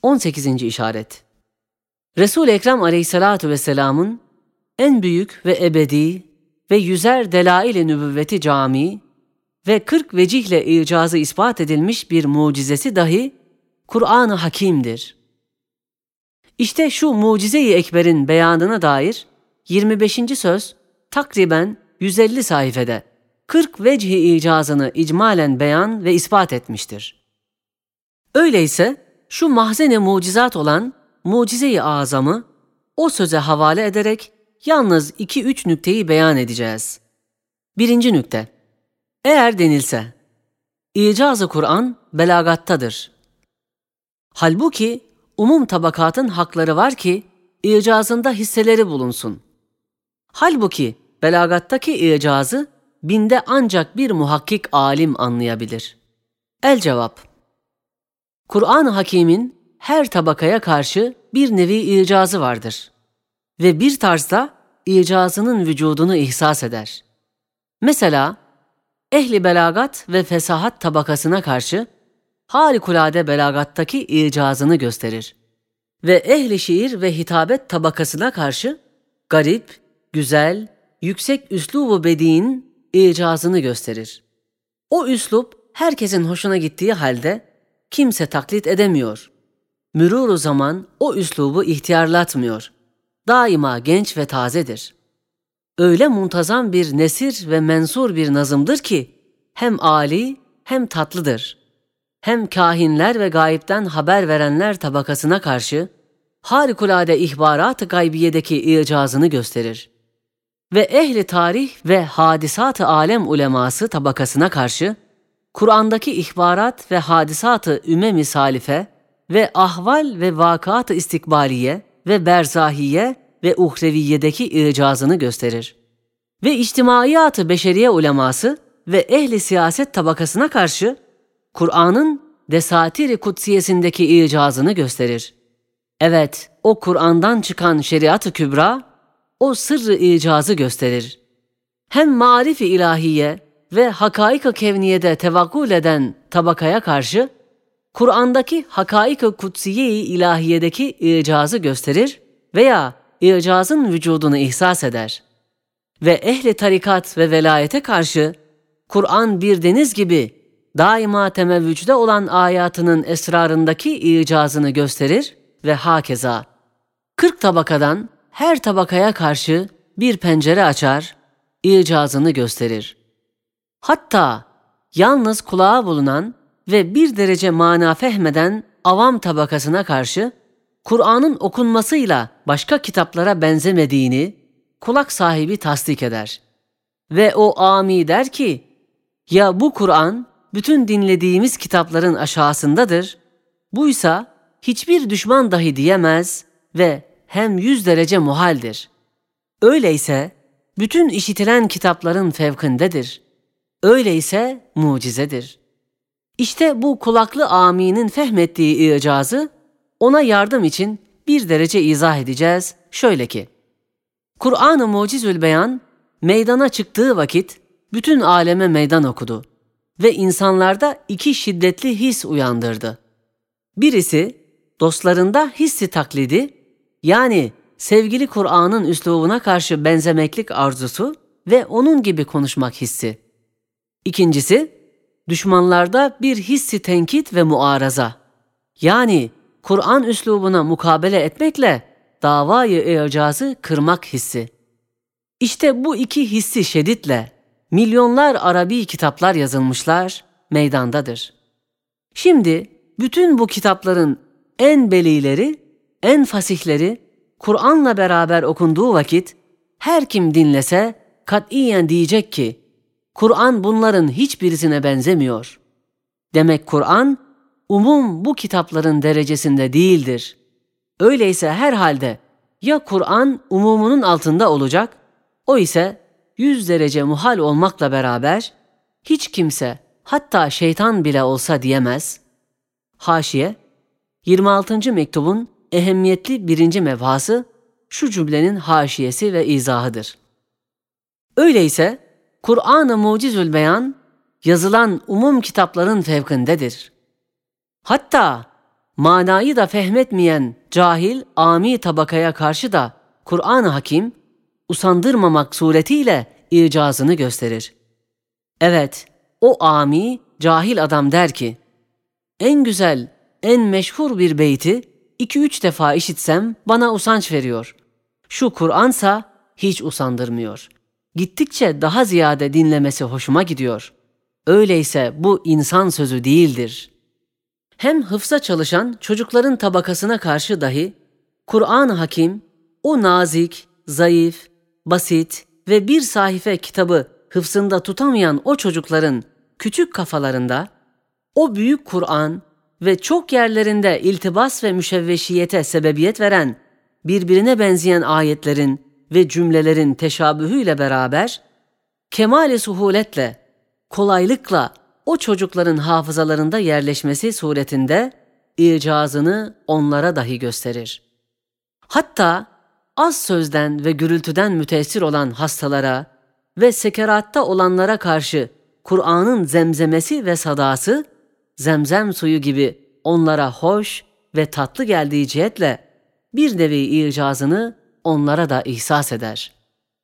18. işaret. Resul-i Ekrem aleyhissalatu vesselamın en büyük ve ebedi ve yüzer delail-i nübüvveti cami ve 40 vecihle icazı ispat edilmiş bir mucizesi dahi Kur'an-ı Hakîm'dir. İşte şu mucize-i ekberin beyanına dair 25. söz takriben 150 sayfede 40 vecih-i icazını icmalen beyan ve ispat etmiştir. Öyleyse şu mahzen-i mucizat olan mucize-i azamı o söze havale ederek yalnız 2-3 nükteyi beyan edeceğiz. 1. nükte. Eğer denilse, İcaz-ı Kur'an belagattadır. Halbuki umum tabakatın hakları var ki icazında hisseleri bulunsun. Halbuki belagattaki icazı binde ancak bir muhakkik alim anlayabilir. El cevap. Kur'an-ı Hakîm'in her tabakaya karşı bir nevi icazı vardır ve bir tarzda icazının vücudunu ihsas eder. Mesela ehli belagat ve fesahat tabakasına karşı harikulade belagattaki icazını gösterir ve ehli şiir ve hitabet tabakasına karşı garip, güzel, yüksek üslubu bediğin icazını gösterir. O üslup herkesin hoşuna gittiği halde kimse taklit edemiyor. Mürûr-u zaman o üslubu ihtiyarlatmıyor. Daima genç ve tazedir. Öyle muntazam bir nesir ve mensur bir nazımdır ki hem âli hem tatlıdır. Hem kâhinler ve gayipten haber verenler tabakasına karşı harikulade ihbarat-ı gaybiyedeki icazını gösterir. Ve ehli tarih ve hadisat-ı alem uleması tabakasına karşı Kur'an'daki ihbarat ve hadisat-ı ümem-i salife ve ahval ve vakat-ı istikbaliye ve berzahiye ve uhreviyedeki icazını gösterir. Ve içtimaiyat-ı beşeriye uleması ve ehli siyaset tabakasına karşı Kur'an'ın desatir-i kutsiyesindeki icazını gösterir. Evet, o Kur'an'dan çıkan şeriat-ı kübra, o sırrı icazı gösterir. Hem marif-i ilahiye ve hakaik-ı kevniyede tevakkul eden tabakaya karşı, Kur'an'daki hakaik-ı kutsiye-i ilahiyedeki icazı gösterir veya icazın vücudunu ihsas eder. Ve ehli tarikat ve velayete karşı, Kur'an bir deniz gibi daima temevvücde olan ayatının esrarındaki icazını gösterir ve hakeza. 40 tabakadan her tabakaya karşı bir pencere açar, icazını gösterir. Hatta yalnız kulağa bulunan ve bir derece mana fehmeden avam tabakasına karşı Kur'an'ın okunmasıyla başka kitaplara benzemediğini kulak sahibi tasdik eder. Ve o ami der ki, ya bu Kur'an bütün dinlediğimiz kitapların aşağısındadır, buysa hiçbir düşman dahi diyemez ve hem 100 derece muhaldir. Öyleyse bütün işitilen kitapların fevkindedir. Öyleyse mucizedir. İşte bu kulaklı aminin fehmettiği icazı ona yardım için bir derece izah edeceğiz. Şöyle ki, Kur'an-ı Mucizül Beyan meydana çıktığı vakit bütün aleme meydan okudu ve insanlarda 2 şiddetli his uyandırdı. Birisi dostlarında hissi taklidi, yani sevgili Kur'an'ın üslubuna karşı benzemeklik arzusu ve onun gibi konuşmak hissi. İkincisi, düşmanlarda bir hissi tenkit ve muaraza, yani Kur'an üslubuna mukabele etmekle davayı icazı kırmak hissi. İşte bu 2 hissi şedditle milyonlar Arabi kitaplar yazılmışlar, meydandadır. Şimdi bütün bu kitapların en belileri, en fasihleri Kur'an'la beraber okunduğu vakit her kim dinlese katiyen diyecek ki Kur'an bunların hiçbirisine benzemiyor. Demek Kur'an umum bu kitapların derecesinde değildir. Öyleyse herhalde ya Kur'an umumunun altında olacak, o ise 100 derece muhal olmakla beraber hiç kimse, hatta şeytan bile olsa diyemez. Haşiye, 26. mektubun ehemmiyetli 1. mevhası şu cümlenin haşiyesi ve izahıdır. Öyleyse Kur'an-ı Mucizül Beyan yazılan umum kitapların fevkindedir. Hatta manayı da fehmetmeyen cahil, ami tabakaya karşı da Kur'an-ı Hakim usandırmamak suretiyle icazını gösterir. Evet, o ami, cahil adam der ki, en güzel, en meşhur bir beyti 2-3 defa işitsem bana usanç veriyor. Şu Kur'ansa hiç usandırmıyor. Gittikçe daha ziyade dinlemesi hoşuma gidiyor. Öyleyse bu insan sözü değildir. Hem hıfza çalışan çocukların tabakasına karşı dahi Kur'an-ı Hakim o nazik, zayıf, basit ve bir sahife kitabı hıfzında tutamayan o çocukların küçük kafalarında o büyük Kur'an ve çok yerlerinde iltibas ve müşevveşiyete sebebiyet veren birbirine benzeyen ayetlerin ve cümlelerin teşabühüyle beraber kemale suhuletle, kolaylıkla o çocukların hafızalarında yerleşmesi suretinde icazını onlara dahi gösterir. Hatta az sözden ve gürültüden müteessir olan hastalara ve sekeratta olanlara karşı Kur'an'ın zemzemesi ve sadası, zemzem suyu gibi onlara hoş ve tatlı geldiği cihetle bir nevi icazını onlara da ihsas eder.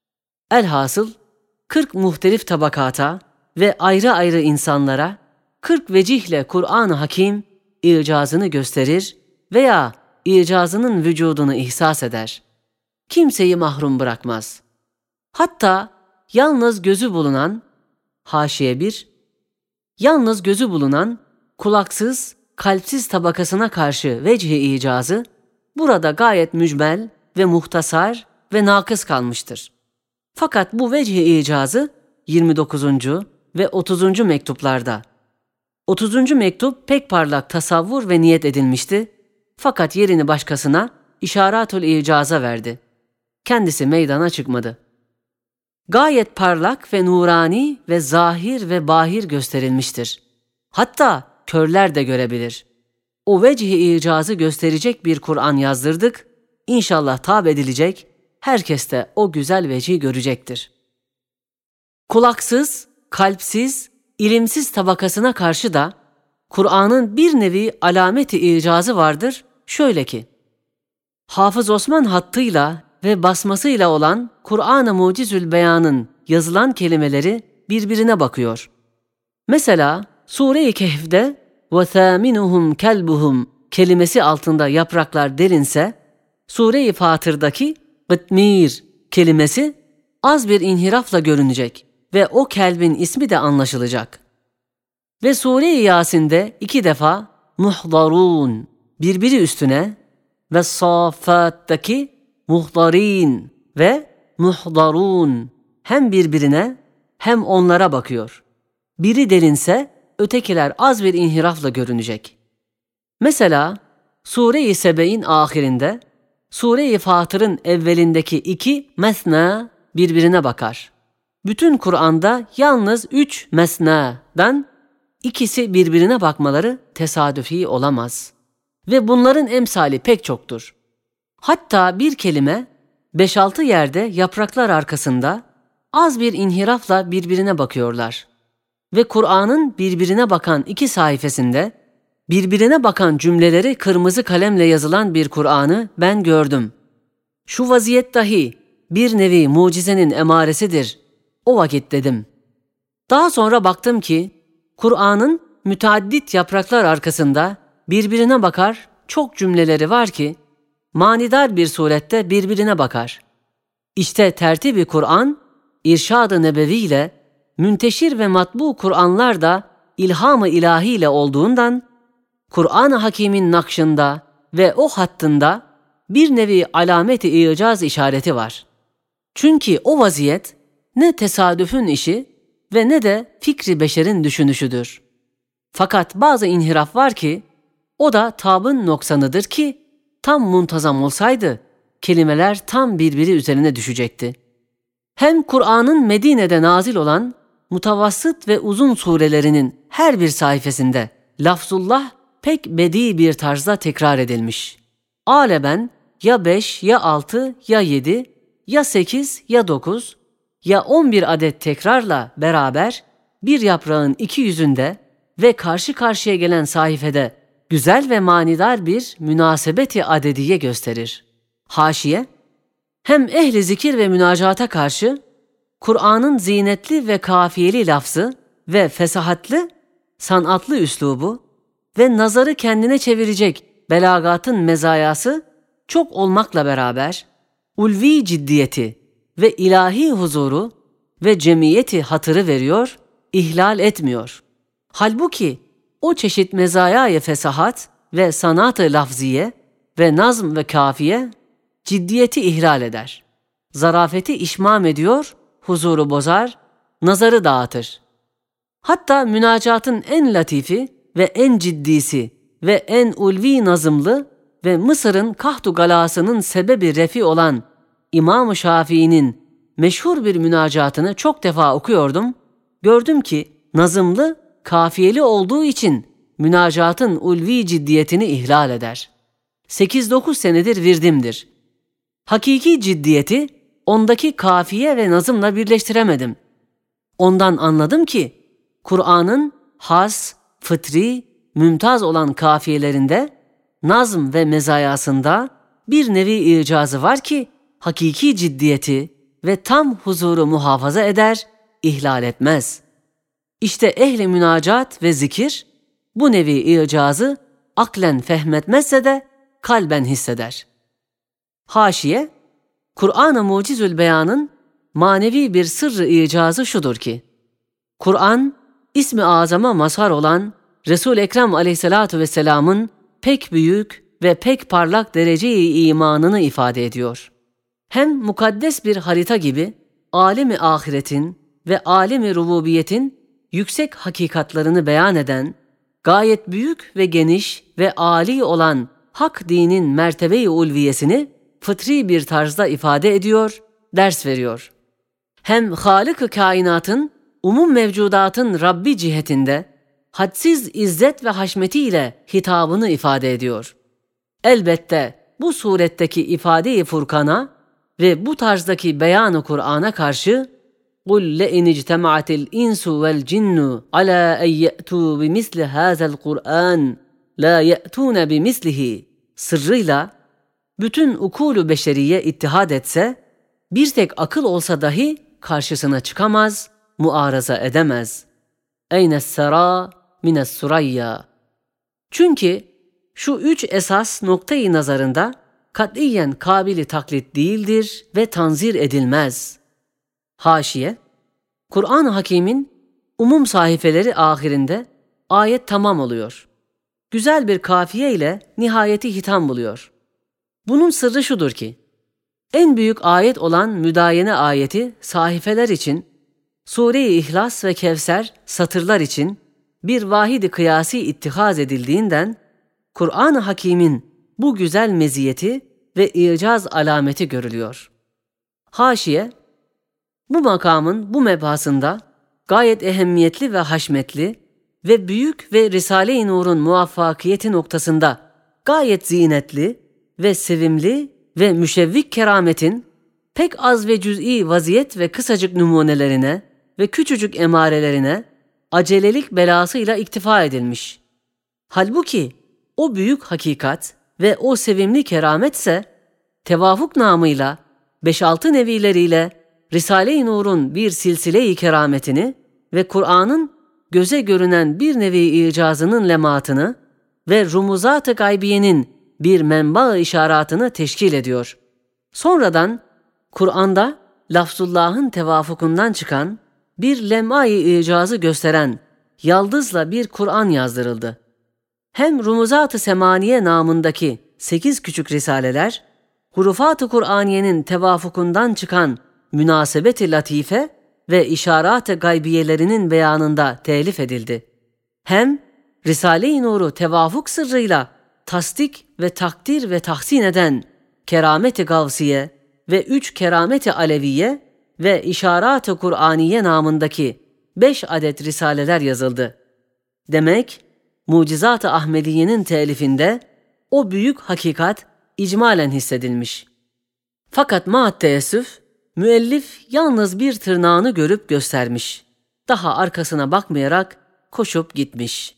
Elhasıl 40 muhtelif tabakata ve ayrı ayrı insanlara 40 vecihle Kur'an-ı Hakim icazını gösterir veya icazının vücudunu ihsas eder. Kimseyi mahrum bırakmaz. Hatta yalnız gözü bulunan, haşiye 1, yalnız gözü bulunan kulaksız, kalpsiz tabakasına karşı vecih-i icazı burada gayet mücmel ve muhtasar ve nakıs kalmıştır. Fakat bu vecih-i icazı 29. ve 30. mektuplarda. 30. mektup pek parlak tasavvur ve niyet edilmişti. Fakat yerini başkasına işaretül icaza verdi. Kendisi meydana çıkmadı. Gayet parlak ve nurani ve zahir ve bahir gösterilmiştir. Hatta körler de görebilir. O vecih-i icazı gösterecek bir Kur'an yazdırdık. İnşallah tab edilecek, herkes de o güzel vecihi görecektir. Kulaksız, kalpsiz, ilimsiz tabakasına karşı da Kur'an'ın bir nevi alameti icazı vardır. Şöyle ki, Hafız Osman hattıyla ve basmasıyla olan Kur'an-ı Mucizül Beyan'ın yazılan kelimeleri birbirine bakıyor. Mesela Sure-i Kehf'de وَثَامِنُهُمْ كَلْبُهُمْ kelimesi altında yapraklar derinse, Sure-i Fatır'daki Gıtmir kelimesi az bir inhirafla görünecek ve o kelbin ismi de anlaşılacak. Ve Sure-i Yasin'de 2 defa muhdarun birbiri üstüne ve Saffat'taki muhdarin ve muhdarun hem birbirine hem onlara bakıyor. Biri derinse ötekiler az bir inhirafla görünecek. Mesela Sure-i Sebe'in ahirinde Sure-i Fatır'ın evvelindeki 2 mesna birbirine bakar. Bütün Kur'an'da yalnız 3 mesnadan ikisi birbirine bakmaları tesadüfi olamaz. Ve bunların emsali pek çoktur. Hatta bir kelime 5-6 yerde yapraklar arkasında az bir inhirafla birbirine bakıyorlar. Ve Kur'an'ın birbirine bakan 2 sayfasında birbirine bakan cümleleri kırmızı kalemle yazılan bir Kur'an'ı ben gördüm. Şu vaziyet dahi bir nevi mucizenin emaresidir. O vakit dedim. Daha sonra baktım ki Kur'an'ın müteaddit yapraklar arkasında birbirine bakar çok cümleleri var ki manidar bir surette birbirine bakar. İşte tertib-i Kur'an, irşad-ı nebevi ile münteşir ve matbu Kur'anlar da ilham-ı ilahi ile olduğundan Kur'an-ı Hakîm'in nakşında ve o hattında bir nevi alamet-i icaz işareti var. Çünkü o vaziyet ne tesadüfün işi ve ne de fikri beşerin düşünüşüdür. Fakat bazı inhiraf var ki o da tabın noksanıdır ki tam muntazam olsaydı kelimeler tam birbiri üzerine düşecekti. Hem Kur'an'ın Medine'de nazil olan mutavassıt ve uzun surelerinin her bir sayfasında lafzullah pek bedi bir tarzda tekrar edilmiş. Aleben ya 5 ya 6 ya 7 ya 8 ya 9 ya 11 adet tekrarla beraber bir yaprağın 2 yüzünde ve karşı karşıya gelen sayfede güzel ve manidar bir münasebeti adediye gösterir. Haşiye, hem ehli zikir ve münacata karşı Kur'an'ın zinetli ve kafiyeli lafzı ve fesahatlı, sanatlı üslubu ve nazarı kendine çevirecek belagatın mezayası çok olmakla beraber, ulvi ciddiyeti ve ilahi huzuru ve cemiyeti hatırı veriyor, ihlal etmiyor. Halbuki o çeşit mezayayı fesahat ve sanat-ı lafziye ve nazm ve kafiye ciddiyeti ihlal eder. Zarafeti işmam ediyor, huzuru bozar, nazarı dağıtır. Hatta münacatın en latifi ve en ciddisi ve en ulvi nazımlı ve Mısır'ın kahtu galasının sebebi refi olan İmam-ı Şafii'nin meşhur bir münacatını çok defa okuyordum. Gördüm ki nazımlı, kafiyeli olduğu için münacatın ulvi ciddiyetini ihlal eder. 8-9 senedir virdimdir. Hakiki ciddiyeti ondaki kafiye ve nazımla birleştiremedim. Ondan anladım ki Kur'an'ın has, fıtri, mümtaz olan kafiyelerinde, nazm ve mezayasında bir nevi icazı var ki hakiki ciddiyeti ve tam huzuru muhafaza eder, ihlal etmez. İşte ehli münacat ve zikir bu nevi icazı aklen fehmetmezse de kalben hisseder. Haşiye, Kur'an-ı Mucizül Beyan'ın manevi bir sırrı icazı şudur ki, Kur'an, ismi azama mazhar olan Resul-i Ekrem aleyhissalatu vesselamın pek büyük ve pek parlak derece-i imanını ifade ediyor. Hem mukaddes bir harita gibi alemi ahiretin ve alemi rububiyetin yüksek hakikatlarını beyan eden, gayet büyük ve geniş ve âli olan hak dinin mertebe-i ulviyesini fıtri bir tarzda ifade ediyor, ders veriyor. Hem Halık-ı kainatın, umum mevcudatın Rabbi cihetinde hadsiz izzet ve haşmetiyle hitabını ifade ediyor. Elbette bu suretteki ifade-i Furkan'a ve bu tarzdaki beyan-ı Kur'an'a karşı قُلْ لَاِنْ اجْتَمَعَتِ الْاِنْسُ وَالْجِنُّ عَلَى اَنْ يَأْتُوا بِمِثْلِ هَذَا الْقُرْآنِ لَا يَأْتُونَ بِمِثْلِهِ sırrıyla bütün ukûl-u beşeriye ittihad etse, bir tek akıl olsa dahi karşısına çıkamaz, muaraza edemez. اَيْنَ-السَّرَى مِنَ السُّرَيَّا Çünkü şu üç esas noktayı nazarında katiyen kabili taklit değildir ve tanzir edilmez. Haşiye, Kur'an-ı Hakîm'in umum sahifeleri ahirinde ayet tamam oluyor. Güzel bir kafiye ile nihayeti hitam buluyor. Bunun sırrı şudur ki, en büyük ayet olan müdayene ayeti sahifeler için, Sure-i İhlas ve Kevser satırlar için bir vahid-i kıyasi ittihaz edildiğinden, Kur'an-ı Hakîm'in bu güzel meziyeti ve icaz alameti görülüyor. Haşiye, bu makamın bu mebhasında gayet ehemmiyetli ve haşmetli ve büyük ve Risale-i Nur'un muvaffakiyeti noktasında gayet zinetli ve sevimli ve müşevvik kerametin pek az ve cüz'i vaziyet ve kısacık numunelerine ve küçücük emarelerine acelelik belasıyla iktifa edilmiş. Halbuki o büyük hakikat ve o sevimli kerametse tevafuk namıyla 5-6 nevileriyle Risale-i Nur'un bir silsile-i kerametini ve Kur'an'ın göze görünen bir nevi icazının lematını ve rumuzat-ı gaybiyenin bir menba-ı işaratını teşkil ediyor. Sonradan Kur'an'da lafzullah'ın tevafukundan çıkan bir lem'a-i icazı gösteren yaldızla bir Kur'an yazdırıldı. Hem Rumuzat-ı Semaniye namındaki 8 küçük risaleler, hurufat-ı Kur'aniyenin tevafukundan çıkan münasebet-i latife ve işarat-ı gaybiyelerinin beyanında telif edildi. Hem Risale-i Nur'u tevafuk sırrıyla tasdik ve takdir ve tahsin eden keramet-i gavsiye ve 3 keramet-i aleviye ve işarat-ı Kur'aniye namındaki 5 adet risaleler yazıldı. Demek, Mucizat-ı Ahmediye'nin telifinde o büyük hakikat icmalen hissedilmiş. Fakat maat teessüf, müellif yalnız bir tırnağını görüp göstermiş. Daha arkasına bakmayarak koşup gitmiş.